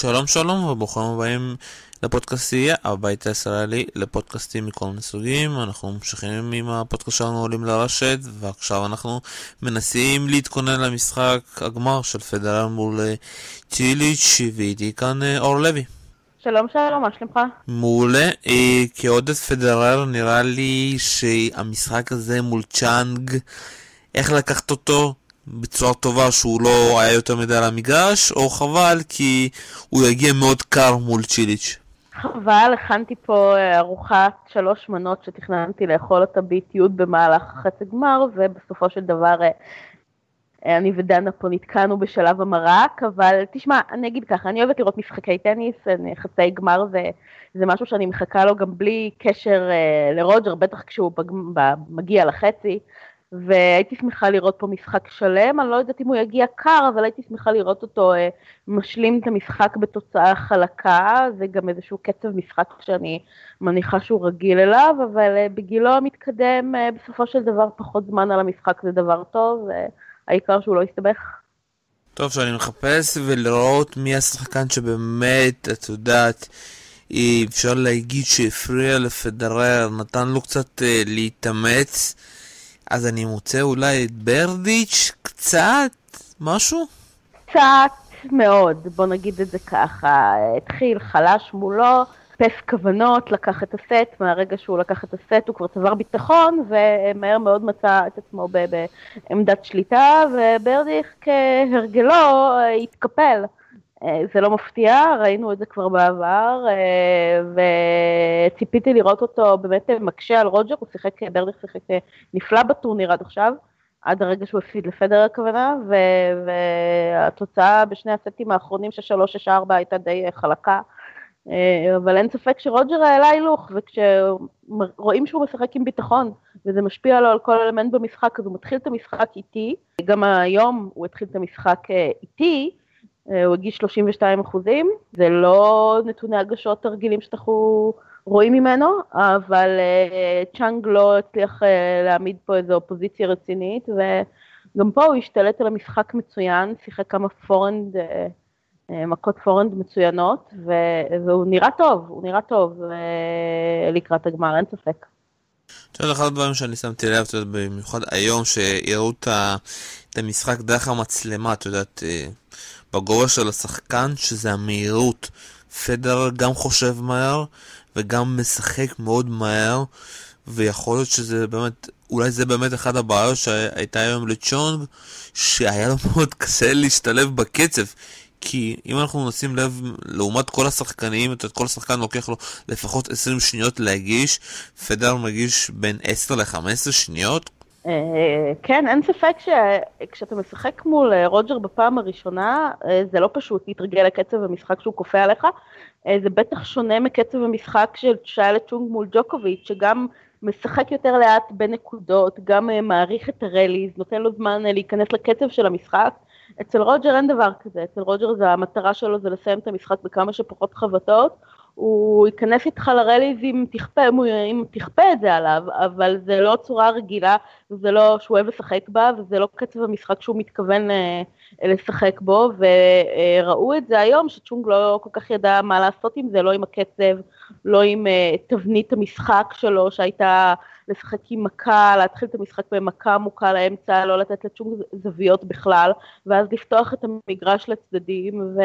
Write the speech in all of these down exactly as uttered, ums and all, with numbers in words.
שלום שלום וברוכים הבאים לפודקאסטייה, הבית הישראלי לפודקאסטים מכל מסוגים. אנחנו ממשיכים עם הפודקאסט שלנו עולים לרשת, ועכשיו אנחנו מנסים להתכונן למשחק הגמר של פדרר מול צ'יליץ', ואיתי כאן אור לוי. שלום שלום, מה שלומך? מעולה. אה, כעודד פדרר נראה לי שהמשחק הזה מול צ'אנג, איך לקחת אותו בצורה טובה שהוא לא היה יותר מדי על המגרש, או חבל כי הוא יגיע מאוד קר מול צ'יליץ'? חבל, הכנתי פה ארוחת שלוש מנות שתכננתי לאכול אותה באיטיות במהלך חצי גמר, ובסופו של דבר אני ודנה פה נתקענו בשלב המרק. אבל תשמע, אני אגיד ככה, אני אוהבת לראות משחקי טניס, חצי גמר זה, זה משהו שאני מחכה לו גם בלי קשר לרוג'ר, בטח כשהוא מגיע לחצי, והייתי שמחה לראות פה משחק שלם. אני לא יודעת אם הוא יגיע קר, אבל הייתי שמחה לראות אותו אה, משלים את המשחק בתוצאה חלקה. זה גם איזשהו קצב משחק שאני מניחה שהוא רגיל אליו, אבל אה, בגילו המתקדם, אה, בסופו של דבר פחות זמן על המשחק זה דבר טוב, אה, העיקר שהוא לא יסתבך. טוב, שאני מחפש ולראות מי השחקן שבאמת, את יודעת, אפשר להגיד שהפריע לפדרר, נתן לו קצת אה, להתאמץ. אז אני מוצא אולי את ברדיץ' קצת, משהו? קצת מאוד, בוא נגיד את זה ככה. התחיל חלש מולו, פס כוונות, לקח את הסט. מהרגע שהוא לקח את הסט הוא כבר צבר ביטחון, ומהר מאוד מצא את עצמו בעמדת שליטה, וברדיץ' כהרגלו התקפל. זה לא מפתיע, ראינו את זה כבר בעבר, וציפיתי לראות אותו באמת מקשה על רוג'ר. הוא שיחק, ברדיץ' שיחק נפלא בטורניר עד עכשיו, עד הרגע שהוא הפסיד לפדרר הכוונה, והתוצאה בשני הסטים האחרונים של שלוש שש ארבע הייתה די חלקה, אבל אין ספק שרוג'ר העלה הילוך, וכשרואים שהוא משחק עם ביטחון, וזה משפיע לו על כל אלמנט במשחק, אז הוא מתחיל את המשחק איטי. גם היום הוא התחיל את המשחק איטי, הוא הגיש שלושים ושתיים אחוזים, זה לא נתוני הגשות הרגילים שאנחנו רואים ממנו, אבל צ'אנג לא הצליח להעמיד פה איזו אופוזיציה רצינית, וגם פה הוא השתלט על המשחק מצוין, שיחק כמה פורנד, מכות פורנד מצוינות, והוא נראה טוב, הוא נראה טוב לקראת הגמר, אין ספק. אתה יודע, אחד הדברים שאני שמתי לב, אתה יודע, במיוחד היום, שהראו את המשחק דרך המצלמה, אתה יודעת, בגובה של השחקן, שזה המהירות. פדרר גם חושב מהר, וגם משחק מאוד מהר, ויכול להיות שזה באמת, אולי זה באמת אחד הבעיות שהייתה היום לצ'ונג, שהיה לו מאוד קשה להשתלב בקצב. כי אם אנחנו נשים לב, לעומת כל השחקנים, את כל השחקן לוקח לו לפחות עשרים שניות להגיש, פדרר מגיש בין עשר ל-חמש עשרה שניות. כן, אין ספק שכשאתה משחק מול רוג'ר בפעם הראשונה, זה לא פשוט להתרגל לקצב המשחק שהוא כופה עליך. זה בטח שונה מקצב המשחק של שהיה צ'ונג מול ג'וקוביץ', שגם משחק יותר לאט בנקודות, גם מעריך את הרליז, נותן לו זמן להיכנס לקצב של המשחק. אצל רוג'ר אין דבר כזה, אצל רוג'ר זה המטרה שלו, זה לסיים את המשחק בכמה שפחות חבטות. הוא ייכנס איתך לרליז אם תכפה, אם תכפה את זה עליו, אבל זה לא צורה רגילה, זה לא שהוא אוהב לשחק בה, וזה לא קצב המשחק שהוא מתכוון לשחק בו, וראו את זה היום, שצ'ונג לא כל כך ידע מה לעשות עם זה, לא עם הקצב, לא עם תבנית המשחק שלו, שהייתה לשחק עם מכה, להתחיל את המשחק במכה עמוקה לאמצע, לא לתת לצ'ונג זוויות בכלל, ואז לפתוח את המגרש לצדדים,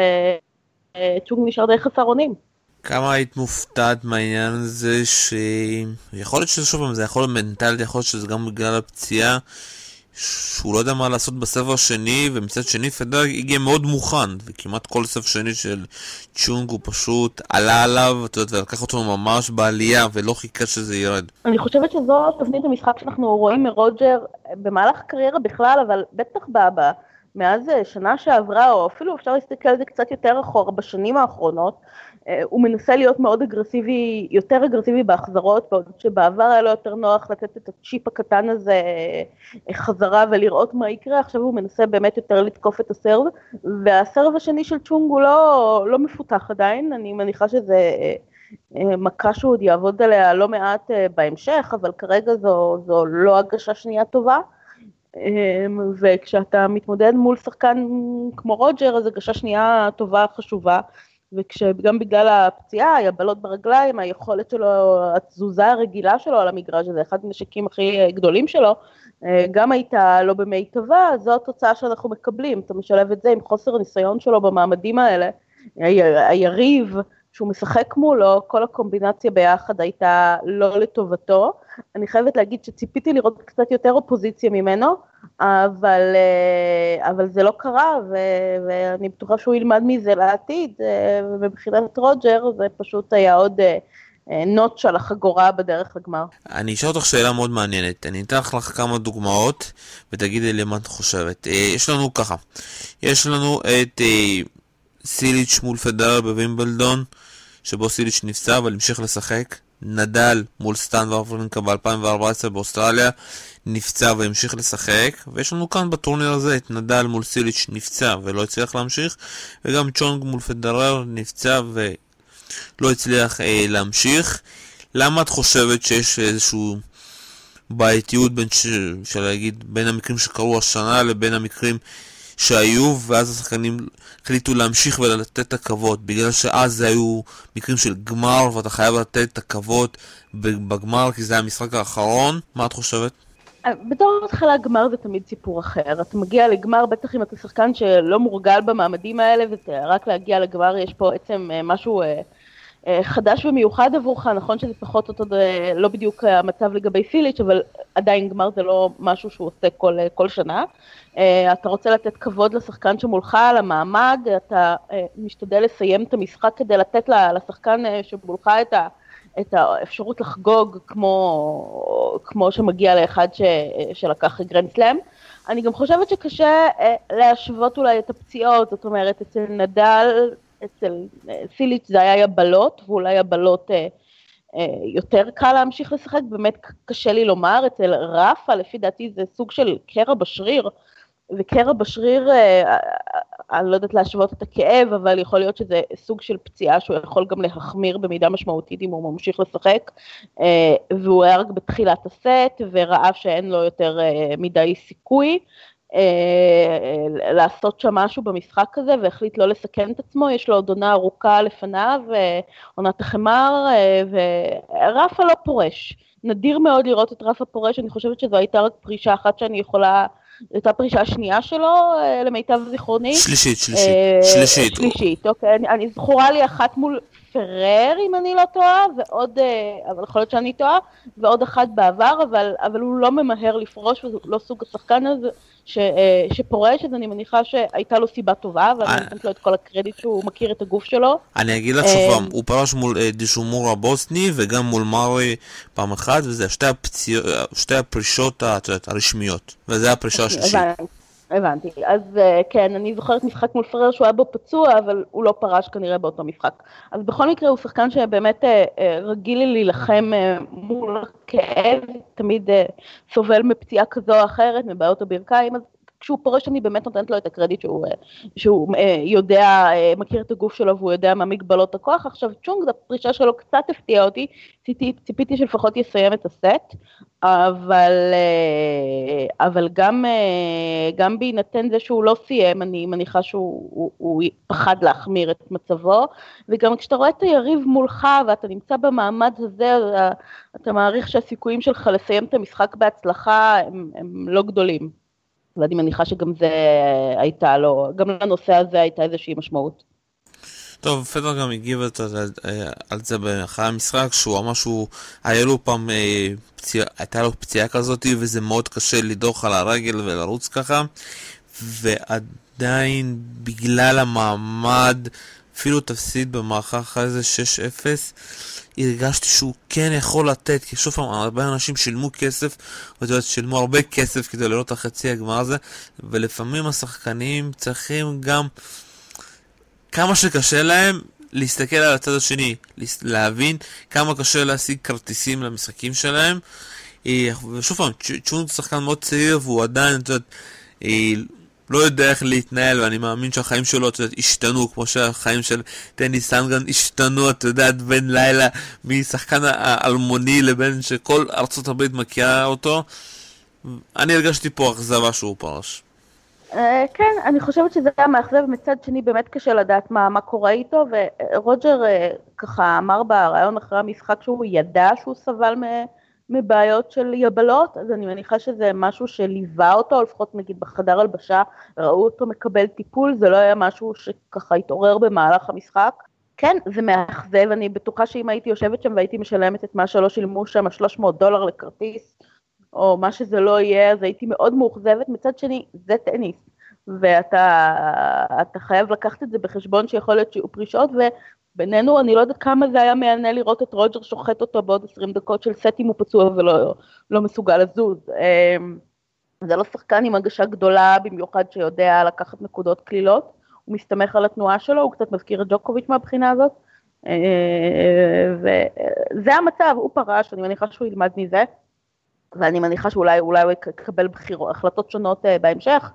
וצ'ונג נשאר די חסר אונים. כמה היית מופתעת מהעניין הזה, שיכול להיות שזה שוב, זה יכול להיות מנטלית, יכול להיות שזה גם בגלל הפציעה, שהוא לא יודע מה לעשות בסבב השני, ומצד שני פדרר הגיע מאוד מוכן, וכמעט כל סבב שני של צ'ונג הוא פשוט עלה עליו, ולקח אותו ממש בעלייה, ולא חיכה שזה ירד. אני חושבת שזו תבנית המשחק שאנחנו רואים מרוג'ר במהלך הקריירה בכלל, אבל בטח בבא, מאז שנה שעברה, או אפילו אפשר להסתכל על זה קצת יותר אחורה, בשנים האחרונות, הוא מנסה להיות מאוד אגרסיבי, יותר אגרסיבי בהחזרות, בעוד שבעבר היה לו יותר נוח לתת את הצ'יפ הקטן הזה חזרה ולראות מה יקרה. עכשיו הוא מנסה באמת יותר לתקוף את הסרב, והסרב השני של צ'ונג הוא לא, לא מפותח עדיין. אני מניחה שזה מכה שהוא עוד יעבוד עליה לא מעט בהמשך, אבל כרגע זו, זו לא הגשה שנייה טובה. וכשאתה מתמודד מול שחקן כמו רוג'ר, אז הגשה שנייה טובה חשובה. וגם בגלל הפציעה, היבלות ברגליים, היכולת שלו, התזוזה הרגילה שלו על המגרש, זה אחד הנשקים הכי גדולים שלו, גם הייתה לא במיטבה, זו התוצאה שאנחנו מקבלים, אתה משלב את זה עם חוסר הניסיון שלו במעמדים האלה, היריב שהוא משחק מולו, כל הקומבינציה ביחד הייתה לא לטובתו, אני חייבת להגיד שציפיתי לראות קצת יותר אופוזיציה ממנו, אבל, אבל זה לא קרה, ו, ואני בטוחה שהוא ילמד מזה לעתיד, ובבחינת רוג'ר זה פשוט היה עוד נוטש על החגורה בדרך לגמר. אני אשאל אותך שאלה מאוד מעניינת, אני אתן לך כמה דוגמאות, ותגידי לי מה את חושבת. יש לנו ככה, יש לנו את סיליץ' מול פדרר בווימבלדון, שבו סיליץ' נפצע אבל המשיך לשחק. נדל מול סטן וורפלינקה ב-אלפיים וארבע עשרה באוסטרליה, נפצע והמשיך לשחק. ויש לנו כאן בטורניר הזה את נדל מול סיליץ' נפצע ולא הצליח להמשיך, וגם צ'ונג מול פדרר נפצע ולא הצליח אה, להמשיך. למה את חושבת שיש איזשהו בעייתיות בין, ש... של להגיד, בין המקרים שקרו השנה לבין המקרים שהיו, ואז השחקנים החליטו להמשיך ולתת את הכבוד, בגלל שאז זה היו מקרים של גמר, ואתה חייב לתת את הכבוד בגמר, כי זה היה המשחק האחרון? מה את חושבת? בתור התחלה גמר זה תמיד סיפור אחר, אתה מגיע לגמר, בטח אם אתה שחקן שלא מורגל במעמדים האלה, ורק להגיע לגמר יש פה בעצם משהו חדש ומיוחד עבורך, נכון שזה פחות אותו, לא בדיוק המצב לגבי סיליץ', אבל עדיין גמר זה לא משהו שהוא עושה כל, כל שנה. אתה רוצה לתת כבוד לשחקן שמולך, למעמד, אתה משתדל לסיים את המשחק כדי לתת לשחקן שמולך את, ה, את האפשרות לחגוג כמו, כמו שמגיע לאחד ש, שלקח גרנד סלאם. אני גם חושבת שקשה להשוות אולי את הפציעות, זאת אומרת, אצל נדל, אצל סיליץ' זה היה יבלות, ואולי יבלות אה, אה, יותר קל להמשיך לשחק, באמת קשה לי לומר, אצל רפה, לפי דעתי זה סוג של קרע בשריר, וקרע בשריר, אה, אני לא יודעת להשוות את הכאב, אבל יכול להיות שזה סוג של פציעה, שהוא יכול גם להחמיר במידה משמעותית אם הוא ממשיך לשחק, אה, והוא היה רק בתחילת הסט, וראה שאין לו יותר אה, מדי סיכוי, לעשות שם משהו במשחק הזה, והחליט לא לסכן את עצמו, יש לו עוד עונה ארוכה לפניו, עונת החמר, ורפה לא פורש. נדיר מאוד לראות את רפה פורש, אני חושבת שזו הייתה רק פרישה אחת שאני יכולה, הייתה פרישה שנייה שלו, למיטב זיכרוני. שלישית, שלישית, שלישית. שלישית, אוקיי, אני, אני זכורה לי אחת מול פרר, אם אני לא טועה, ועוד, אבל יכול להיות שאני טועה, ועוד אחת בעבר, אבל, אבל הוא לא ממהר לפרוש, וזה לא סוג השחקן הזה, ש, שפורש, אז אני מניחה שהייתה לו סיבה טובה, ואני נותנת לו את כל הקרדיט שהוא מכיר את הגוף שלו. אני אגיד לך שוב, הוא פרש מול דישומור הבוסני, וגם מול מארי פעם אחת, וזה שתי, הפציע, שתי הפרישות הרשמיות, וזה הפרישה השלישית. הבנתי, אז כן, אני זוכרת משחק מול פרר שהוא היה בו פצוע, אבל הוא לא פרש כנראה באותו משחק. אז בכל מקרה הוא שחקן שבאמת רגיל לי להילחם מול כאב, תמיד סובל מפציעה כזו או אחרת, מבעיות הברכיים, אז כשהוא פורש אני באמת נותנת לו את הקרדיט שהוא, שהוא יודע, מכיר את הגוף שלו והוא יודע מה מגבלות הכוח. עכשיו צ'ונג, הפרישה שלו קצת הפתיעה אותי, ציפיתי, ציפיתי שלפחות יסיים את הסט, אבל, אבל גם, גם בהינתן זה שהוא לא סיים, אני מניחה שהוא הוא, הוא פחד להחמיר את מצבו, וגם כשאתה רואה את היריב מולך ואתה נמצא במעמד הזה, אתה מעריך שהסיכויים שלך לסיים את המשחק בהצלחה הם, הם לא גדולים. ואני מניחה שגם זה הייתה לו, גם לנושא הזה הייתה איזושהי משמעות. טוב, פדר גם הגיב על זה אחרי המשחק, שהוא אמר שהוא, היה לו פעם, פציע, הייתה לו פציעה כזאת, וזה מאוד קשה לדוח על הרגל ולרוץ ככה, ועדיין בגלל המעמד, אפילו תפסיד במערכה אחרי זה שש אפס, הרגשתי שהוא כן יכול לתת, כי שוב פעם, הרבה אנשים שילמו כסף, ואתה יודעת, שילמו הרבה כסף כדי לראות את החצי הגמר הזה, ולפעמים השחקנים צריכים גם, כמה שקשה להם, להסתכל על הצד השני, להבין כמה קשה להשיג כרטיסים למשחקים שלהם, ושוב פעם, צ'ונג שחקן מאוד צעיר, והוא עדיין, אתה יודעת, לא יודע איך להתנהל, ואני מאמין שהחיים שלו, אתה יודעת, השתנו, כמו שהחיים של טניס סנגרן השתנו, אתה יודעת, בין לילה, משחקן האלמוני לבין שכל ארצות הברית מכירה אותו. אני הרגשתי פה אכזבה שהוא פרש. אה, כן, אני חושבת שזה היה מאכזב, מצד שני באמת קשה לדעת מה, מה קורה איתו, ורוג'ר אה, ככה אמר ברעיון אחרי המשחק שהוא ידע שהוא סבל מ, מבעיות של יבלות, אז אני מניחה שזה משהו שליווה אותו, או לפחות נגיד בחדר הלבשה, ראו אותו מקבל טיפול, זה לא היה משהו שככה התעורר במהלך המשחק. כן, זה מאכזב, אני בטוחה שאם הייתי יושבת שם והייתי משלמת את מה שלא שילמו שם, שלוש מאות דולר לכרטיס, או מה שזה לא יהיה, אז הייתי מאוד מאוכזבת. מצד שני, זה טניס, ואתה אתה חייב לקחת את זה בחשבון שיכול להיות שיהיו פרישות, ובינינו אני לא יודעת כמה זה היה מענה לראות את רוג'ר שוחט אותו בעוד עשרים דקות של סט אם הוא פצוע ולא לא מסוגל לזוז. זה לא שחקן עם הגשה גדולה, במיוחד שיודע לקחת נקודות כלילות, הוא מסתמך על התנועה שלו, הוא קצת מזכיר את ג'וקוביץ' מהבחינה הזאת, וזה המצב, הוא פרש, אני מניחה שהוא ילמד מזה, ואני מניחה שאולי אולי הוא יקבל בחירות, החלטות שונות בהמשך,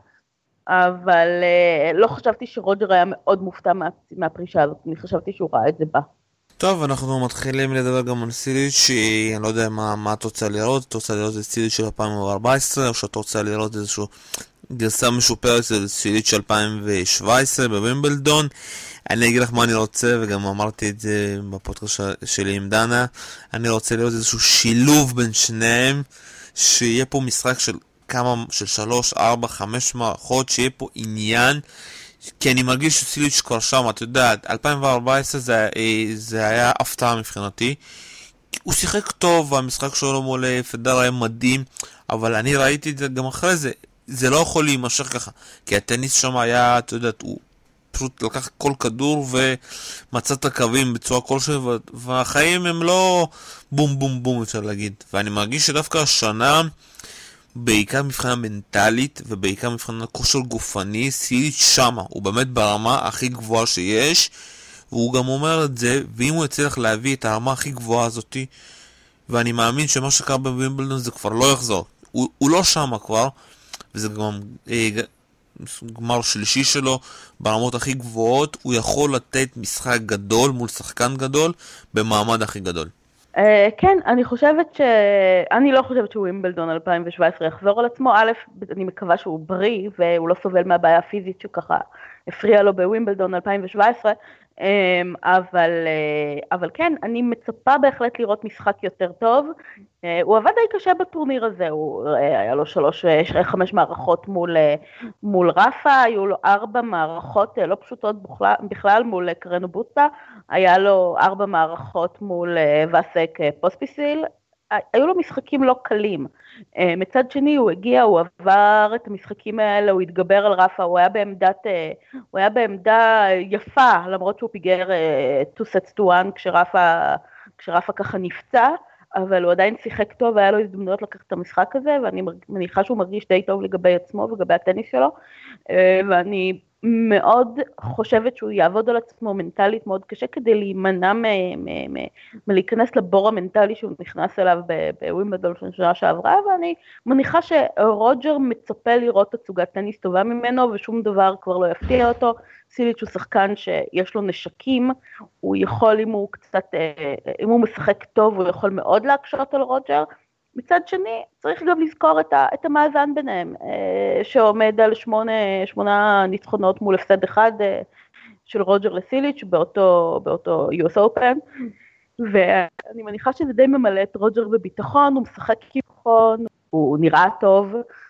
אבל לא חשבתי שרוג'ר היה מאוד מופתע מה, מהפרישה הזאת, אני חשבתי שהוא ראה את זה בה. טוב, אנחנו מתחילים לדבר גם על סיליץ' שאני לא יודע מה, מה את רוצה לראות, את רוצה לראות את סיליץ' של אלפיים וארבע עשרה, או שאת רוצה לראות איזושהי גרסה משופרת של סיליץ' של אלפיים שבע עשרה בווימבלדון. אני אגיד לך מה אני רוצה, וגם אמרתי את זה בפודקאסט שלי עם דנה, אני רוצה לראות איזשהו שילוב בין שניהם, שיהיה פה משחק של כמה, של שלוש, ארבע, חמש מערכות, שיהיה פה עניין, כי אני מרגיש שסיליץ' כבר שם, את יודעת, אלפיים וארבע עשרה זה, זה היה הפתעה מבחינתי, הוא שיחק טוב, והמשחק שלו מול פדרר היה מדהים, אבל אני ראיתי את זה גם אחרי זה, זה לא יכול להימשך ככה, כי הטניס שם היה, את יודעת, הוא פשוט לקח כל כדור ומצא את הקווים בצורה כלשהי, והחיים הם לא בום בום בום אפשר להגיד, ואני מרגיש שדווקא השנה, בעיקר מבחינה מנטלית ובעיקר מבחינה כושר גופני, סיליץ' שמה, הוא באמת ברמה הכי גבוהה שיש, והוא גם אומר את זה, ואם הוא יצליח להביא את הרמה הכי גבוהה הזאת, ואני מאמין שמה שקרה בווימבלדון זה כבר לא יחזור, הוא, הוא לא שמה כבר, וזה גם אה, גמר שלישי שלו ברמות הכי גבוהות, הוא יכול לתת משחק גדול מול שחקן גדול במעמד הכי גדול. כן, אני חושבת ש... אני לא חושבת שהוא וימבלדון אלפיים שבע עשרה יחזור על עצמו. א', אני מקווה שהוא בריא והוא לא סובל מהבעיה הפיזית שככה הפריע לו בווימבלדון אלפיים שבע עשרה, אבל, אבל כן, אני מצפה בהחלט לראות משחק יותר טוב. הוא עבד די קשה בטורניר הזה, הוא היה לו שלוש, חמש מערכות מול, מול רפה, היו לו ארבע מערכות לא פשוטות בכלל מול קרנו בוטה, היה לו ארבע מערכות מול וסק פוספיסיל, היו לו משחקים לא קלים. מצד שני הוא הגיע, הוא עבר את המשחקים האלה, הוא התגבר על רפה, הוא היה בעמדת, הוא היה בעמדה יפה, למרות שהוא פיגר two sets to one כשרפה, כשרפה ככה נפצע, אבל הוא עדיין שיחק טוב, והיה לו הזדמנויות לקחת את המשחק הזה, ואני מניחה שהוא מרגיש די טוב לגבי עצמו ולגבי הטניס שלו, ואני מאוד חושבת שהוא יעבוד על עצמו מנטלית מאוד קשה, כדי להימנע מלהיכנס לבור המנטלי שהוא נכנס אליו בווימבלדון של שנה שעברה, ואני מניחה שרוג'ר מצפה לראות תצוגת טניס טובה ממנו, ושום דבר כבר לא יפתיע אותו. סיליץ' הוא שחקן שיש לו נשקים, הוא יכול, אם הוא קצת, אם הוא משחק טוב, הוא יכול מאוד להקשות על רוג'ר. מצד שני, צריך גם לזכור את, ה, את המאזן ביניהם, שעומד על שמונה, שמונה ניצחונות מול הפסד אחד של רוג'ר לסיליץ' באותו, באותו יו אס Open, ואני מניחה שזה די ממלא את רוג'ר בביטחון, הוא משחק כביכול, הוא נראה טוב,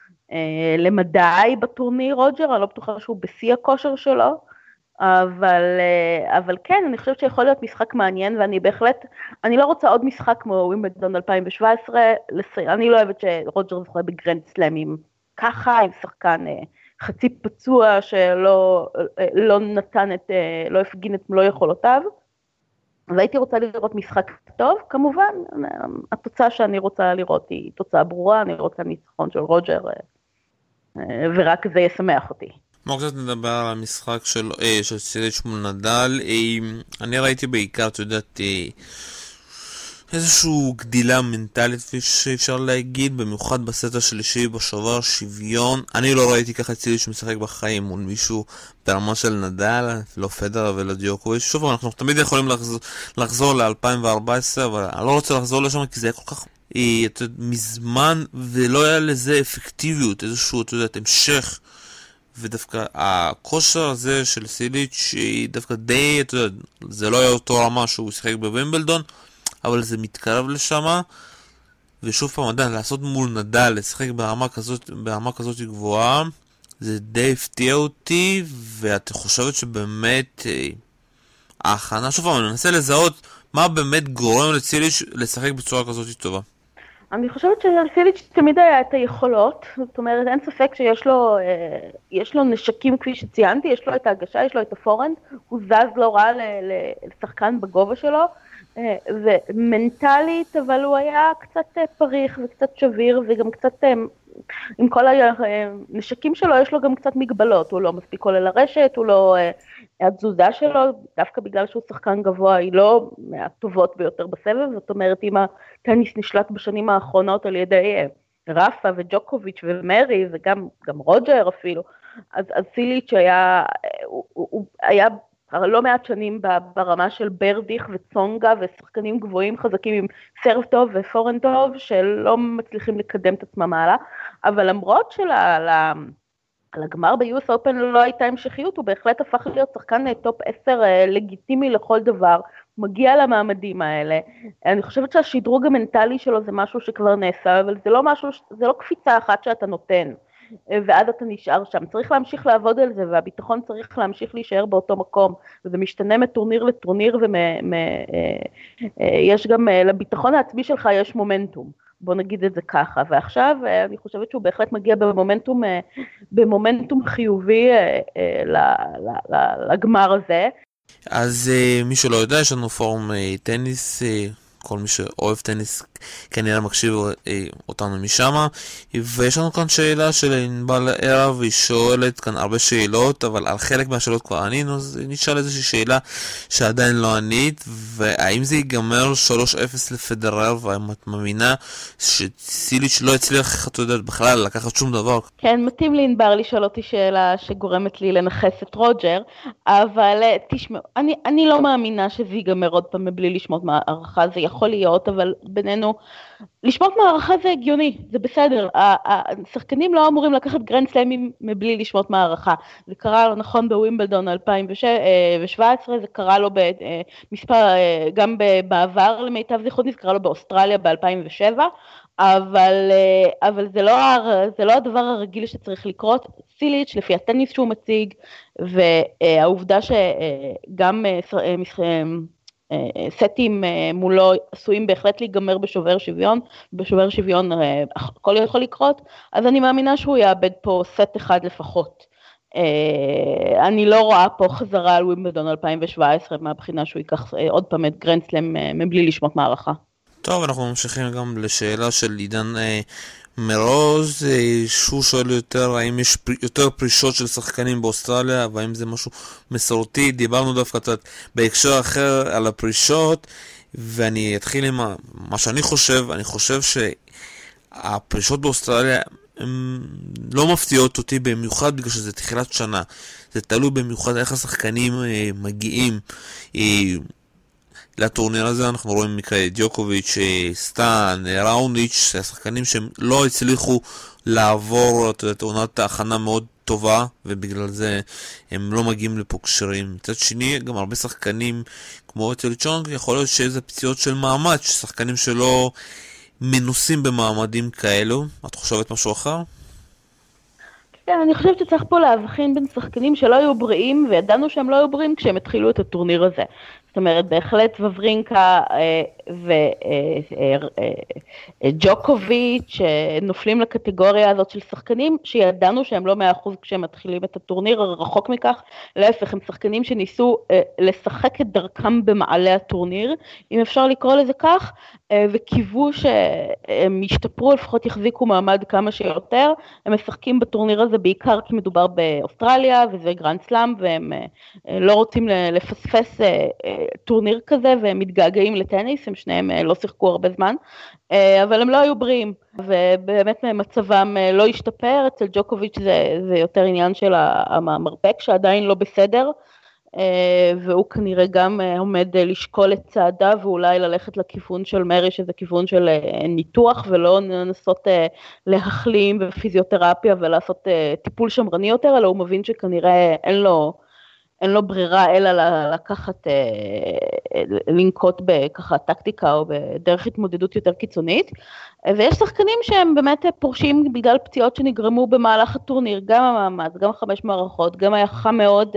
למדי בטורניר רוג'ר, אני לא בטוחה שהוא בשיא הכושר שלו, אבל, אבל כן, אני חושבת שיכול להיות משחק מעניין, ואני בהחלט, אני לא רוצה עוד משחק כמו ווימבלדון אלפיים שבע עשרה, אני לא אוהבת שרוג'ר זוכה בגרנד סלאמים ככה, עם שחקן חצי פצוע שלא לא נתן את, לא הפגין את מלוא יכולותיו, והייתי רוצה לראות משחק טוב, כמובן, התוצאה שאני רוצה לראות היא תוצאה ברורה, אני רוצה ניצחון של רוג'ר, ורק זה ישמח אותי. בואו קצת נדבר על המשחק של, אה, של סיליץ' מול נדל. אה, אני ראיתי בעיקר, אתה יודעת, אה, איזושהי גדילה מנטלית שאפשר להגיד, במיוחד בסט השלישי בשובר שוויון. אני לא ראיתי ככה את סיליץ' משחק בחיים מול מישהו ברמה של נדל, לא פדרר ולא דיוקוביץ'. שוב, אנחנו תמיד יכולים לחזור, לחזור ל-אלפיים וארבע עשרה, אבל אני לא רוצה לחזור לשם כי זה היה כל כך אה, מזמן, ולא היה לזה אפקטיביות, איזשהו, אתה יודעת, המשך. ודווקא הכושר הזה של סיליץ' היא דווקא די, אתה יודע, זה לא היה אותו רמה שהוא שיחק בווימבלדון, אבל זה מתקרב לשמה, ושוב פעם עדיין, לעשות מול נדל, לשחק ברמה כזאת, ברמה כזאת גבוהה, זה די הפתיע אותי, ואת חושבת שבאמת אה, ההכנה, שוב פעם, אני מנסה לזהות מה באמת גורם לסיליץ' לשחק בצורה כזאת טובה. אני חושבת שלסיליץ' תמיד היה את היכולות, זאת אומרת, אין ספק שיש לו, אה, יש לו נשקים כפי שציינתי, יש לו את ההגשה, יש לו את הפורנד, הוא זז לא רע ל- ל- לשחקן בגובה שלו, אה, ומנטלית, אבל הוא היה קצת אה, פריך וקצת שביר, וגם קצת, אה, עם כל הנשקים שלו, יש לו גם קצת מגבלות, הוא לא מספיק עולה לרשת, הוא לא, אה, התזוזה שלו, דווקא בגלל שהוא שחקן גבוה, היא לא מהטובות ביותר בסבב, זאת אומרת, אם הטניס נשלט בשנים האחרונות על ידי רפה וג'וקוביץ' ומרי, וגם גם רוג'ר אפילו, אז, אז סיליץ' היה, הוא, הוא היה לא מעט שנים ברמה של ברדיך וצונגה, ושחקנים גבוהים חזקים עם סרב טוב ופורן טוב, שלא מצליחים לקדם את עצמם מעלה, אבל למרות שלה, לה, על הגמר ב-יו אס Open לא הייתה המשכיות, הוא בהחלט הפך להיות שחקן טופ עשר לגיטימי לכל דבר, מגיע למעמדים האלה. אני חושבת שהשדרוג המנטלי שלו זה משהו שכבר נעשה, אבל זה לא משהו, זה לא קפיצה אחת שאתה נותן, ואז אתה נשאר שם. צריך להמשיך לעבוד על זה, והביטחון צריך להמשיך להישאר באותו מקום, וזה משתנה מטורניר לטורניר, ויש גם, לביטחון העצמי שלך יש מומנטום. בוא נגיד את זה ככה, ועכשיו אני חושבת שהוא בהחלט מגיע במומנטום, במומנטום חיובי לגמר הזה. אז מי שלא יודע, יש לנו פורום טניס, כל מי שאוהב טניס כנראה מקשיב אותנו משם, ויש לנו כאן שאלה של ענבל ערב, והיא שואלת כאן הרבה שאלות, אבל על חלק מהשאלות כבר ענינו, אז נשאל איזושהי שאלה שעדיין לא ענית, והאם זה ייגמר שלוש אפס לפדרר, והאם את מאמינה שסיליץ' לא הצליח, את יודעת, בכלל לקחת שום דבר? כן, מתאים לי ענבר לשאול אותי שאלה שגורמת לי לנחס את רוג'ר, אבל תשמעו, אני, אני לא מאמינה שזה ייגמר עוד פעם מבלי לשמות מערכה, זה יכול להיות, אבל בינינו, לשמות מערכה זה הגיוני, זה בסדר, השחקנים לא אמורים לקחת גרנד סלאמים מבלי לשמות מערכה, זה קרה לו נכון בווימבלדון אלפיים שבע עשרה, זה קרה לו במספר, גם בעבר למיטב זיכרוני, זה קרה לו באוסטרליה ב-אלפיים ושבע, אבל, אבל זה לא, זה לא הדבר הרגיל שצריך לקרות. סיליץ' לפי הטניס שהוא מציג, והעובדה שגם סטים מולו עשויים בהחלט להיגמר בשובר שוויון, בשובר שוויון הכל יכול לקרות, אז אני מאמינה שהוא יאבד פה סט אחד לפחות. אני לא רואה פה חזרה על ווימבלדון אלפיים שבע עשרה מהבחינה שהוא ייקח עוד פעם את גרנד סלאם מבלי לשמות מערכה. טוב, אנחנו ממשיכים גם לשאלה של עידן אה, מרוז, אה, שהוא שואל יותר, האם יש פר, יותר פרישות של שחקנים באוסטרליה, והאם זה משהו מסורתי. דיברנו דווקא קצת בהקשר אחר על הפרישות, ואני אתחיל עם מה שאני חושב. אני חושב שהפרישות באוסטרליה הן לא מפתיעות אותי במיוחד, בגלל שזה תחילת שנה. זה תלוי במיוחד איך השחקנים אה, מגיעים אה, לטורניר הזה. אנחנו רואים מקרה דיוקוביץ', סטן, ראוניץ', השחקנים שהם לא הצליחו לעבור את עונת ההכנה מאוד טובה, ובגלל זה הם לא מגיעים לפה קשרים. מצד שני, גם הרבה שחקנים כמו אצל צ'ונג, יכול להיות שאיזה פציעות של מעמד, ששחקנים שלא מנוסים במעמדים כאלו. את חושבת משהו אחר? כן, אני חושבת שצריך פה להבחין בין שחקנים שלא היו בריאים, וידענו שהם לא היו בריאים כשהם התחילו את הטורניר הזה. זאת אומרת, בהחלט וברינקה וג'וקוביץ' נופלים לקטגוריה הזאת של שחקנים שידענו שהם לא מאה אחוז כשהם מתחילים את הטורניר, רחוק מכך, להפך, הם שחקנים שניסו לשחק את דרכם במעלה הטורניר, אם אפשר לקרוא לזה כך, וקיוו שהם ישתפרו, לפחות יחזיקו מעמד כמה שיותר. הם משחקים בטורניר הזה בעיקר כי מדובר באוסטרליה, וזה גרנד סלאם, והם לא רוצים לפספס טורניר כזה, והם מתגעגעים לטניס, הם שניהם לא שיחקו הרבה זמן, אבל הם לא היו בריאים, ובאמת מצבם לא השתפר. אצל ג'וקוביץ' זה, זה יותר עניין של המרפק, שעדיין לא בסדר, והוא כנראה גם עומד לשקול את צעדיו, ואולי ללכת לכיוון של מרי, שזה כיוון של ניתוח, ולא לנסות להחלים בפיזיותרפיה, ולעשות טיפול שמרני יותר, אלא הוא מבין שכנראה אין לו, אין לו ברירה, אלא לקחת, לנקוט בככה טקטיקה, או בדרך התמודדות יותר קיצונית, ויש שחקנים שהם באמת פורשים בגלל פציעות שנגרמו במהלך הטורניר, גם המאמץ, גם החמש מערכות, גם היה חם מאוד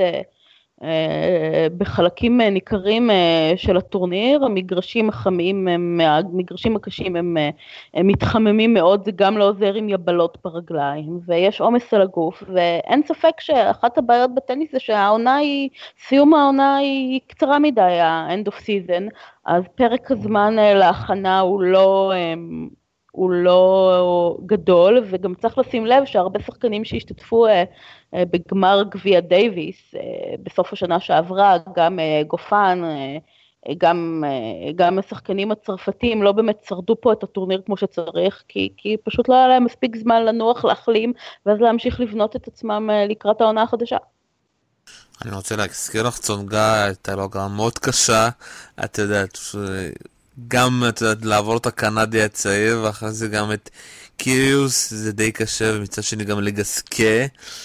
בחלקים ניכרים של הטורניר, המגרשים החמים, המגרשים הקשים הם, הם מתחממים מאוד, זה גם לא עוזר עם יבלות ברגליים, ויש עומס על הגוף, ואין ספק שאחת הבעיות בטניס זה שהעונה היא, סיום העונה היא קצרה מדי, ה-end of season, אז פרק הזמן להכנה הוא לא... הוא לא גדול, וגם צריך לשים לב שהרבה שחקנים שהשתתפו בגמר גביע דייביס בסוף השנה שעברה, גם גופן, גם, גם השחקנים הצרפתיים לא באמת שרדו פה את הטורניר כמו שצריך, כי, כי פשוט לא היה להם מספיק זמן לנוח, להחלים, ואז להמשיך לבנות את עצמם לקראת העונה החדשה. אני רוצה להזכיר לך, צונגה הייתה לו גם מאוד קשה, את יודעת, גם את יודעת, לעבור את הקנדי הצעיר, ואחרי זה גם את קיריוס, זה די קשה, ומצד שני גם לגסקה.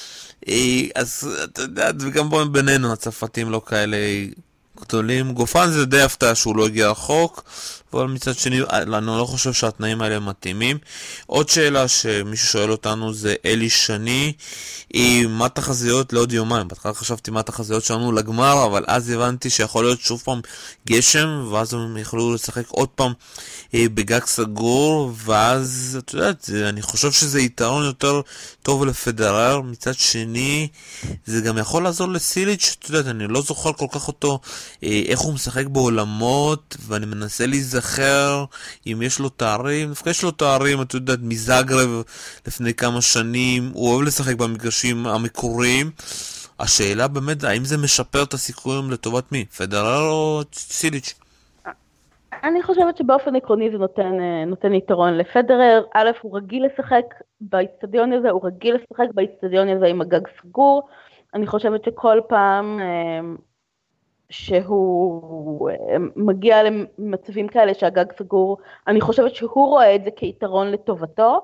אז את יודעת, וגם בואו בינינו, הצרפתים לא כאלה גדולים. גופן זה די הפתעה שהוא לא הגיע רחוק, אבל מצד שני, אני לא חושב שהתנאים האלה מתאימים. עוד שאלה שמישהו שואל אותנו זה אלי שני, מה תחזיות לעוד יומיים? בהתחלה חשבתי מה תחזיות שלנו לגמר, אבל אז הבנתי שיכול להיות שוב פעם גשם, ואז הם יכולו לשחק עוד פעם בגג סגור, ואז את יודעת, אני חושב שזה יתרון יותר טוב לפדרר. מצד שני, זה גם יכול לעזור לסיליץ', את יודעת, אני לא זוכר כל כך אותו, איך הוא משחק בעולמות, ואני מנסה להיזכר אם יש לו תארים, דווקא יש לו תארים, את יודעת, מזאגרב לפני כמה שנים, הוא אוהב לשחק במגרשים המקוריים. השאלה באמת, האם זה משפר את הסיכויים לטובת מי? פדרר או סיליץ'? אני חושבת שבאופן עקרוני זה נותן, נותן יתרון לפדרר. א', הוא רגיל לשחק באצטדיון הזה, הוא רגיל לשחק באצטדיון הזה עם הגג סגור. אני חושבת שכל פעם שהוא מגיע למצבים כאלה שהגג סגור, אני חושבת שהוא רואה את זה כיתרון לטובתו.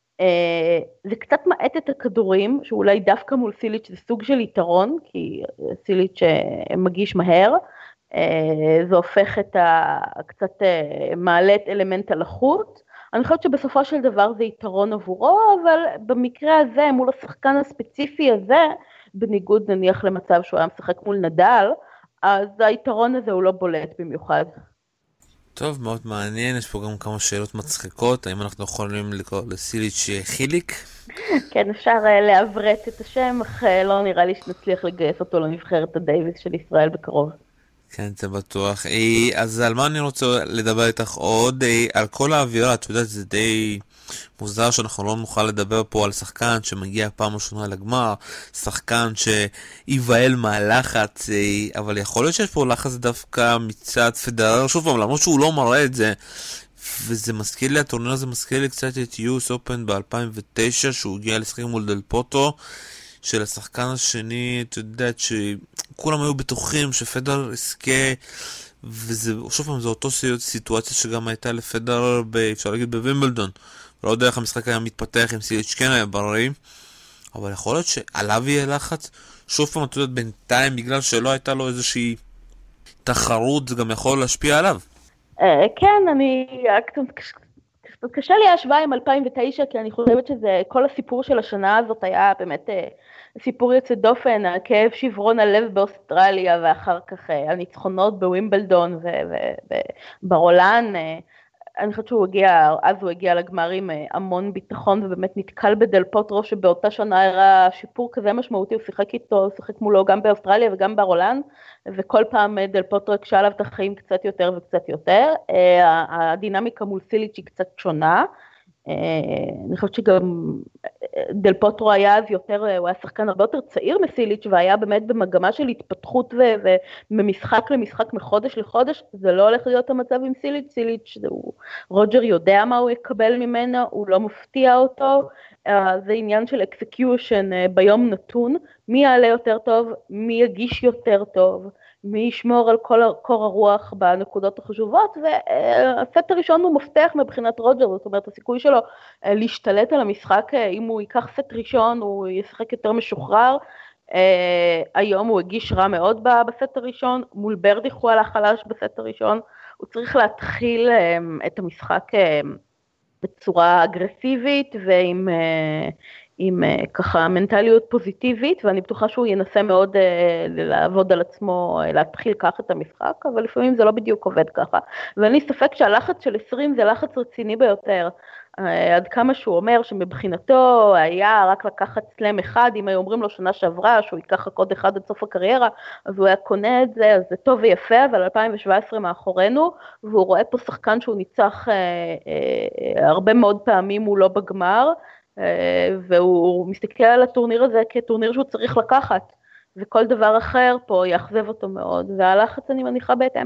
זה קצת מעט את הכדורים, שאולי דווקא מול סיליץ' זה סוג של יתרון, כי סיליץ' מגיש מהר, זה הופך את ה... קצת מעלה את אלמנט הלחות. אני חושבת שבסופו של דבר זה יתרון עבורו, אבל במקרה הזה, מול השחקן הספציפי הזה, בניגוד נניח למצב שהוא היה משחק מול נדל, אז היתרון הזה הוא לא בולט במיוחד. טוב, מאוד מעניין, יש פה גם כמה שאלות מצחיקות, האם אנחנו יכולים לקרוא לסיליץ' חיליק? כן, אפשר לעברת את השם, אך לא נראה לי שנצליח לגייס אותו לנבחרת הדייביס של ישראל בקרוב. כן, זה בטוח. אז על מה אני רוצה לדבר איתך עוד? על כל האווירה, את יודעת, זה די מוזר שאנחנו לא נוכל לדבר פה על שחקן שמגיע פעם ראשונה לגמר, שחקן שיבהל מהלחץ, אבל יכול להיות שיש פה לחץ דווקא מצד פדרר, שוב פעם, למרות שהוא לא מראה את זה, וזה מזכיר לי, הטורניר הזה מזכיר לי קצת את יו אס Open ב-אלפיים ותשע, שהוא הגיע לשחק מול דל פוטו, של השחקן השני, את יודעת שכולם היו בטוחים שפדרר יזכה, וזה, שוב פעם, זו אותו סיטואציה שגם הייתה לפדרר, אפשר להגיד, בווימבלדון. לא יודע איך המשחק היה מתפתח עם סיליץ' כן היה בריא, אבל יכול להיות שעליו יהיה לחץ. שוב פעם, את יודעת, בינתיים, בגלל שלא הייתה לו איזושהי תחרות, זה גם יכול להשפיע עליו. כן, אני... קשה לי ההשוואה עם אלפיים ותשע, כי אני חושבת שזה, כל הסיפור של השנה הזאת היה באמת סיפור יוצא דופן, הכאב שברון הלב באוסטרליה, ואחר כך הניצחונות בווימבלדון וברולן. אני חושבת שהוא הגיע, אז הוא הגיע לגמר עם המון ביטחון, ובאמת נתקל בדל פוטרו, שבאותה שנה הראה שיפור כזה משמעותי, הוא שיחק איתו, הוא שיחק מולו גם באוסטרליה וגם ברולן, וכל פעם דל פוטרו הקשה עליו את החיים קצת יותר וקצת יותר. הדינמיקה מול סיליץ' היא קצת שונה, אני חושבת שגם דל פוטרו היה אז יותר, הוא היה שחקן הרבה יותר צעיר מסיליץ' והיה באמת במגמה של התפתחות וממשחק למשחק מחודש לחודש, זה לא הולך להיות המצב עם סיליץ', סיליץ' הוא, רוג'ר יודע מה הוא יקבל ממנו, הוא לא מפתיע אותו, זה עניין של אקסקיושן ביום נתון, מי יעלה יותר טוב, מי יגיש יותר טוב, מי ישמור על כל קור הרוח בנקודות החשובות, והסט הראשון הוא מפתח מבחינת רוג'ר, זאת אומרת הסיכוי שלו להשתלט על המשחק, אם הוא ייקח סט ראשון הוא ישחק יותר משוחרר, היום הוא הגיש רע מאוד בסט הראשון, מול ברדיך הוא הלך חלש בסט הראשון, הוא צריך להתחיל את המשחק בצורה אגרסיבית ועם עם ככה מנטליות פוזיטיבית, ואני בטוחה שהוא ינסה מאוד לעבוד על עצמו, להתחיל ככה את המשחק, אבל לפעמים זה לא בדיוק עובד ככה, ואני ספק שהלחץ של עשרים זה לחץ רציני ביותר, עד כמה שהוא אומר שמבחינתו היה רק לקחת סלם אחד, אם היו אומרים לו שנה שעברה שהוא ייקח רק עוד אחד עד סוף הקריירה, אז הוא היה קונה את זה, אז זה טוב ויפה, אבל אלפיים שבע עשרה מאחורינו, והוא רואה פה שחקן שהוא ניצח אה, אה, הרבה מאוד פעמים הוא לא בגמר, והוא מסתכל על הטורניר הזה כטורניר שהוא צריך לקחת, וכל דבר אחר פה יאכזב אותו מאוד, והלחץ אני מניחה בהתאם.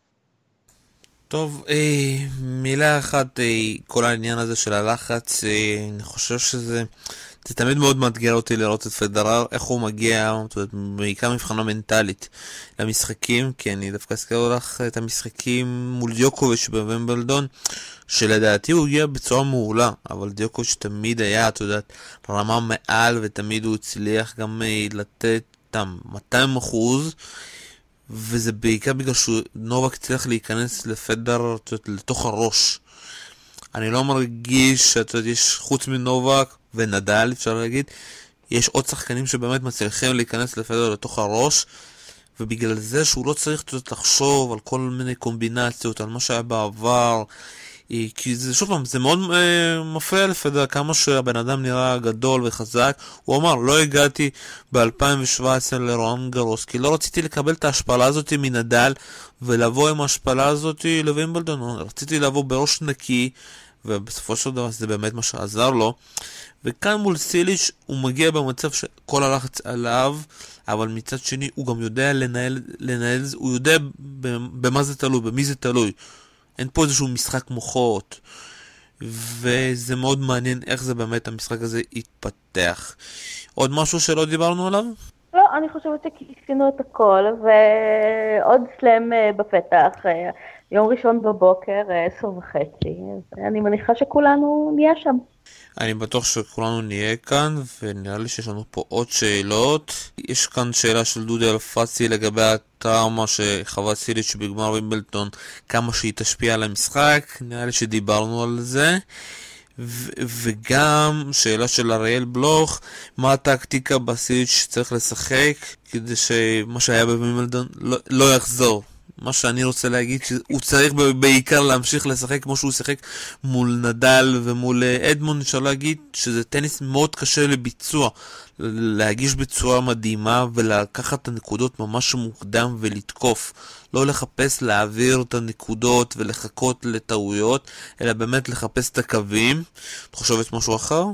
טוב, אה, מילה אחת, אה, כל העניין הזה של הלחץ, אה, אני חושב שזה זה תמיד מאוד מאתגר אותי לראות את פדרר, איך הוא מגיע, בעיקר מבחינה מנטלית למשחקים, כי אני דווקא אזכר לך את המשחקים מול דיוקוביץ' בווימבלדון, שלדעתי הוא הגיע בצורה מעולה, אבל דיוקוביץ' תמיד היה, את יודעת, רמה מעל, ותמיד הוא הצליח גם לתת אותם מאתיים אחוז, וזה בעיקר בגלל שנובק הצליח להיכנס לפדר לתוך הראש. אני לא מרגיש שאתה יודע, יש חוץ מנובק ונדל, אפשר להגיד, יש עוד שחקנים שבאמת מצליחים להיכנס לפדר לתוך הראש, ובגלל זה שהוא לא צריך לחשוב על כל מיני קומבינציות, על מה שהיה בעבר, כי זה שוב פעם, זה מאוד אה, מפריע לפדר כמה שהבן אדם נראה גדול וחזק. הוא אמר, לא הגעתי ב-אלפיים שבע עשרה לרואן גרוס, כי לא רציתי לקבל את ההשפלה הזאת מנדל, ולבוא עם ההשפלה הזאת לווימבלדון, רציתי לבוא בראש נקי, ובסופו של דבר זה באמת מה שעזר לו. וכאן מול סיליץ' הוא מגיע במצב שכל הלחץ עליו, אבל מצד שני הוא גם יודע לנהל, לנהל הוא יודע במה זה תלוי, במי זה תלוי. אין פה איזשהו משחק מוחות, וזה מאוד מעניין איך זה באמת המשחק הזה יתפתח. עוד משהו שלא דיברנו עליו? לא, אני חושבת שכיסינו את הכל, ועוד סלם בפתח, יום ראשון בבוקר, עשר וחצי, אני מניחה שכולנו נהיה שם. אני בטוח שכולנו נהיה כאן, ונראה לי שיש לנו פה עוד שאלות. יש כאן שאלה של דודי אלפסי לגבי הטראומה שחווה סיליץ' בגמר וימבלדון, כמה שהיא תשפיע על המשחק, נראה לי שדיברנו על זה. ו- וגם שאלה של אריאל בלוך, מה הטקטיקה בסיליץ' שצריך לשחק כדי שמה שהיה בווימבלדון לא, לא יחזור. מה שאני רוצה להגיד שהוא צריך בעיקר להמשיך לשחק כמו שהוא שיחק מול נדל ומול אדמונד, אפשר להגיד שזה טניס מאוד קשה לביצוע, להגיש בצורה מדהימה ולקחת את הנקודות ממש מוקדם ולתקוף, לא לחפש להעביר את הנקודות ולחכות לטעויות, אלא באמת לחפש את הקווים. את חושבת משהו אחר?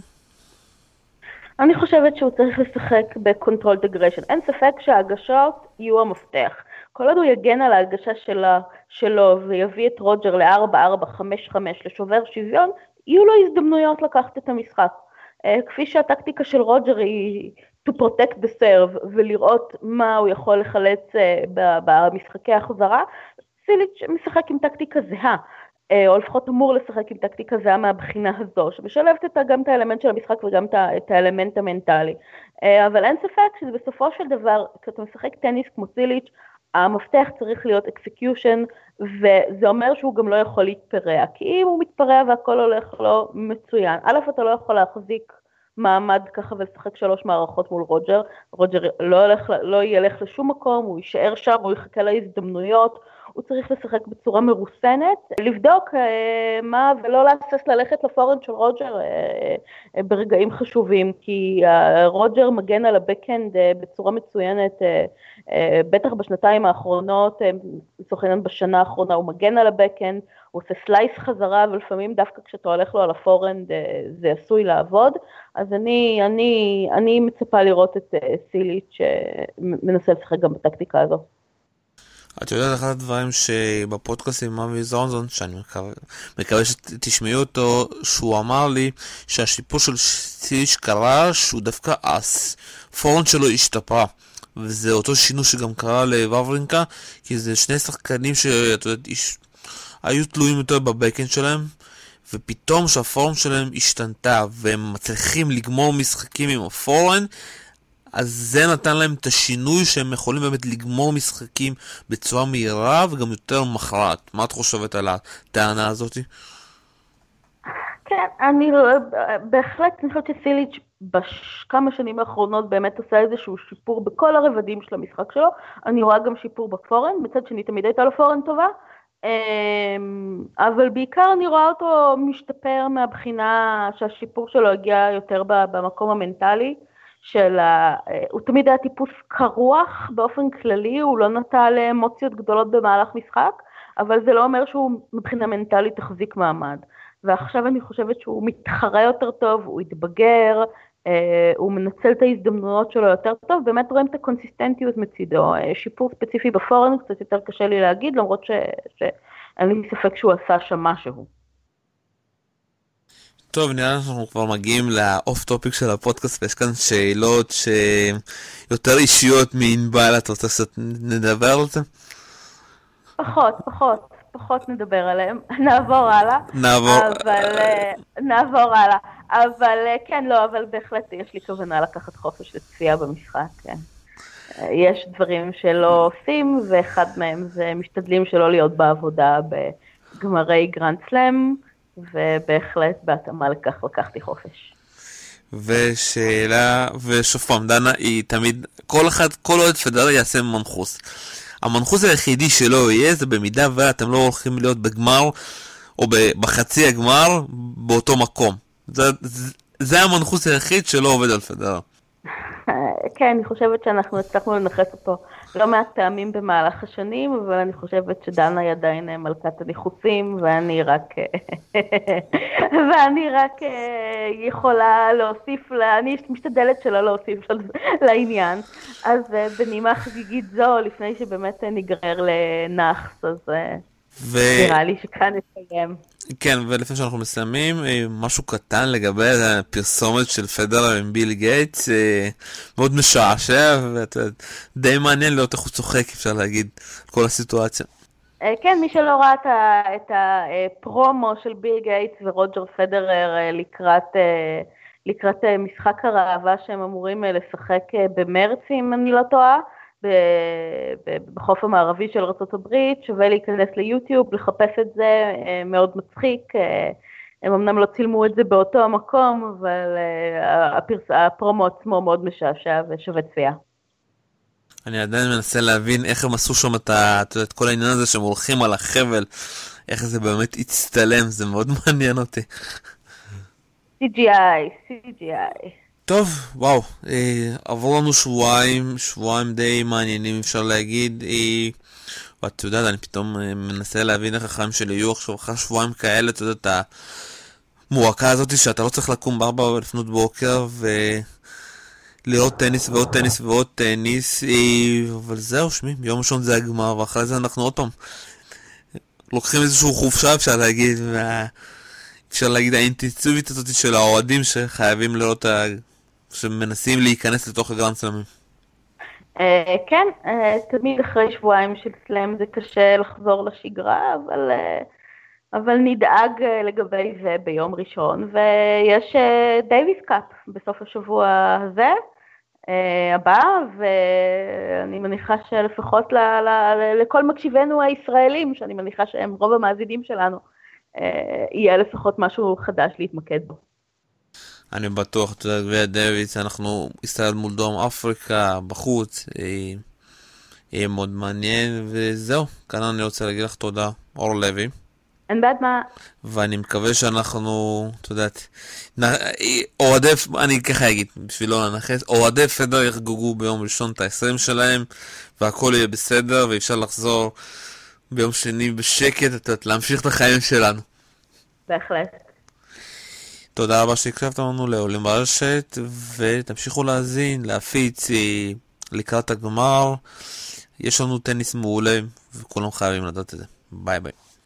אני חושבת שהוא צריך לשחק בקונטרולד אגרשן, אין ספק שההגשות יהיו המפתח. כל עוד הוא יגן על ההגשה שלה, שלו ויביא את רוג'ר ל-ארבע ארבע חמש חמש לשובר שוויון, יהיו לו הזדמנויות לקחת את המשחק. כפי שהטקטיקה של רוג'ר היא to protect the serve ולראות מה הוא יכול לחלץ במשחקי החזרה, סיליץ' משחק עם טקטיקה זהה, או לפחות אמור לשחק עם טקטיקה זהה מהבחינה הזו, שמשלבת גם את האלמנט של המשחק וגם את האלמנט המנטלי. אבל אין ספק שזה בסופו של דבר, כשאתה משחק טניס כמו סיליץ', המפתח צריך להיות execution, וזה אומר שהוא גם לא יכול להתפרע, כי אם הוא מתפרע והכל הולך לו מצוין, א' אתה לא יכול להחזיק מעמד ככה ולשחק שלוש מערכות מול רוג'ר, רוג'ר לא, הולך, לא ילך לשום מקום, הוא יישאר שם, הוא יחכה להזדמנויות, הוא צריך לשחק בצורה מרוסנת, לבדוק מה ולא להסס ללכת לפורנד של רוג'ר ברגעים חשובים, כי רוג'ר מגן על הבקאנד בצורה מצוינת, בטח בשנתיים האחרונות, סוכנן בשנה האחרונה הוא מגן על הבקאנד, הוא עושה סלייס חזרה, ולפעמים דווקא כשאתה הולך לו על הפורנד זה עשוי לעבוד, אז אני, אני, אני מצפה לראות את סיליץ' שמנסה לשחק גם בטקטיקה הזו. את יודעת, אחד הדברים שבפודקאסט עם אבי זונזון, שאני מקווה, מקווה שתשמעו אותו, שהוא אמר לי שהשיפור של סיליץ' קרה, שהוא דווקא הפורנד שלו השתפרה. וזה אותו שינוי שגם קרה לוורברינקה, כי זה שני שחקנים שאת יודעת, היו תלויים יותר בבקאנד שלהם, ופתאום שהפורנד שלהם השתנתה, והם מצליחים לגמור משחקים עם הפורנד, אז זה נתן להם את השינוי שהם יכולים באמת לגמור משחקים בצורה מהירה וגם יותר מכרעת. מה את חושבת על הטענה הזאת? כן, אני בהחלט אני חושבת שסיליץ' בכמה שנים האחרונות באמת עושה איזשהו שיפור בכל הרבדים של המשחק שלו. אני רואה גם שיפור בפורנד, מצד שני תמיד הייתה לו פורנד טובה, אבל בעיקר אני רואה אותו משתפר מהבחינה שהשיפור שלו הגיע יותר במקום המנטלי, של ה... הוא תמיד היה טיפוס קרוח באופן כללי, הוא לא נטע לאמוציות גדולות במהלך משחק, אבל זה לא אומר שהוא מבחינה מנטלית תחזיק מעמד. ועכשיו אני חושבת שהוא מתחרה יותר טוב, הוא התבגר, הוא מנצל את ההזדמנויות שלו יותר טוב, באמת רואים את הקונסיסטנטיות מצידו. שיפור ספציפי בפורנד קצת יותר קשה לי להגיד, למרות ש... שאין לי ספק שהוא עשה שם משהו. טוב, נראה לי שאנחנו כבר מגיעים לאוף טופיק של הפודקאסט, ויש כאן שאלות שיותר אישיות מענבל, את רוצה קצת נדבר על זה? פחות, פחות, פחות נדבר עליהם, נעבור הלאה. נעבור. אבל, נעבור הלאה, אבל כן, לא, אבל בהחלט יש לי כוונה לקחת חופש לצפייה במשחק, כן. יש דברים שלא עושים, ואחד מהם זה משתדלים שלא להיות בעבודה בגמרי גרנד סלאם, ובהחלט בהתאמה לכך לקחתי חופש. ושאלה, ושוב פעם, דנה, היא תמיד, כל אחד, כל אוהד פדרר יעשה מנחוס. המנחוס היחידי שלו יהיה, זה במידה ואתם לא הולכים להיות בגמר, או בחצי הגמר, באותו מקום. זה, זה, זה המנחוס היחיד שלא עובד על פדרר. כן, אני חושבת שאנחנו הצלחנו לנחס אותו לא מעט פעמים במהלך השנים, אבל אני חושבת שדנה היא עדיין מלכת הניחוסים, ואני רק, ואני רק יכולה להוסיף, אני משתדלת שלא להוסיף לעניין. אז בנימה חגיגית זו, לפני שבאמת נגרר לנחס, אז ו... נראה לי שכאן נסיים. כן, ולפני שאנחנו מסיימים, משהו קטן לגבי הפרסומת של פדרר עם ביל גייטס, מאוד משעשע, ודי מעניין לראות איך הוא צוחק, אפשר להגיד, כל הסיטואציה. כן, מי שלא ראה את הפרומו של ביל גייטס ורוג'ר פדרר לקראת, לקראת משחק הראווה שהם אמורים לשחק במרץ, אם אני לא טועה, בחוף המערבי של ארצות הברית, שווה להיכנס ליוטיוב, לחפש את זה, מאוד מצחיק. הם אמנם לא צילמו את זה באותו המקום, אבל הפרומו עצמו מאוד משעשע ושווה צפייה. אני עדיין מנסה להבין איך הם עשו שם את כל העניין הזה שהם הולכים על החבל, איך זה באמת הצטלם, זה מאוד מעניין אותי. סי ג'י איי, סי ג'י איי. טוב, וואו, אה, עבור לנו שבועיים, שבועיים די מעניינים אפשר להגיד, אה, ואת יודעת, אני פתאום אה, מנסה להבין איך החיים שלי יהיו עכשיו אחרי שבועיים כאלה, אתה יודע, את המועקה הזאת שאתה לא צריך לקום בארבע לפנות בוקר ולראות טניס ועוד טניס ועוד טניס, אה, אבל זהו, שמי, ביום ראשון זה הגמר, ואחרי זה אנחנו עוד פעם לוקחים איזשהו חופשה, אפשר להגיד, וה... אפשר להגיד האינטנסיבית הזאת של האוהדים שחייבים לראות, שמנסים להיכנס לתוך הגרנד סלאמים. כן, תמיד אחרי שבועיים של סלאם זה קשה לחזור לשגרה, אבל, אבל נדאג לגבי זה ביום ראשון, ויש דייוויס קאפ בסוף השבוע הזה, הבא, ואני מניחה שלפחות ל, ל, לכל מקשיבנו הישראלים, שאני מניחה שהם רוב המאזינים שלנו, יהיה לפחות משהו חדש להתמקד בו. אני בטוח, אתה יודע, גביע דייוויס, אנחנו ישראל מול דרום אפריקה, בחוץ, יהיה מאוד מעניין, וזהו, כאן אני רוצה להגיד לך תודה, אור לוי. אין בעד מה. ואני מקווה שאנחנו, אתה יודעת, אוהדי, אני ככה אגיד, בשביל לא לנחס, אוהדי פדר יחגגו ביום ראשון את ה-עשרים שלהם, והכל יהיה בסדר, ואפשר לחזור ביום שני בשקט, אתה יודעת, להמשיך את החיים שלנו. בהחלט. תודה רבה שהקשבתם לנו לעולים ברשת, ותמשיכו להאזין, להפיץ לקראת הגמר. יש לנו טניס מעולה, וכולם חייבים לדעת את זה. ביי ביי.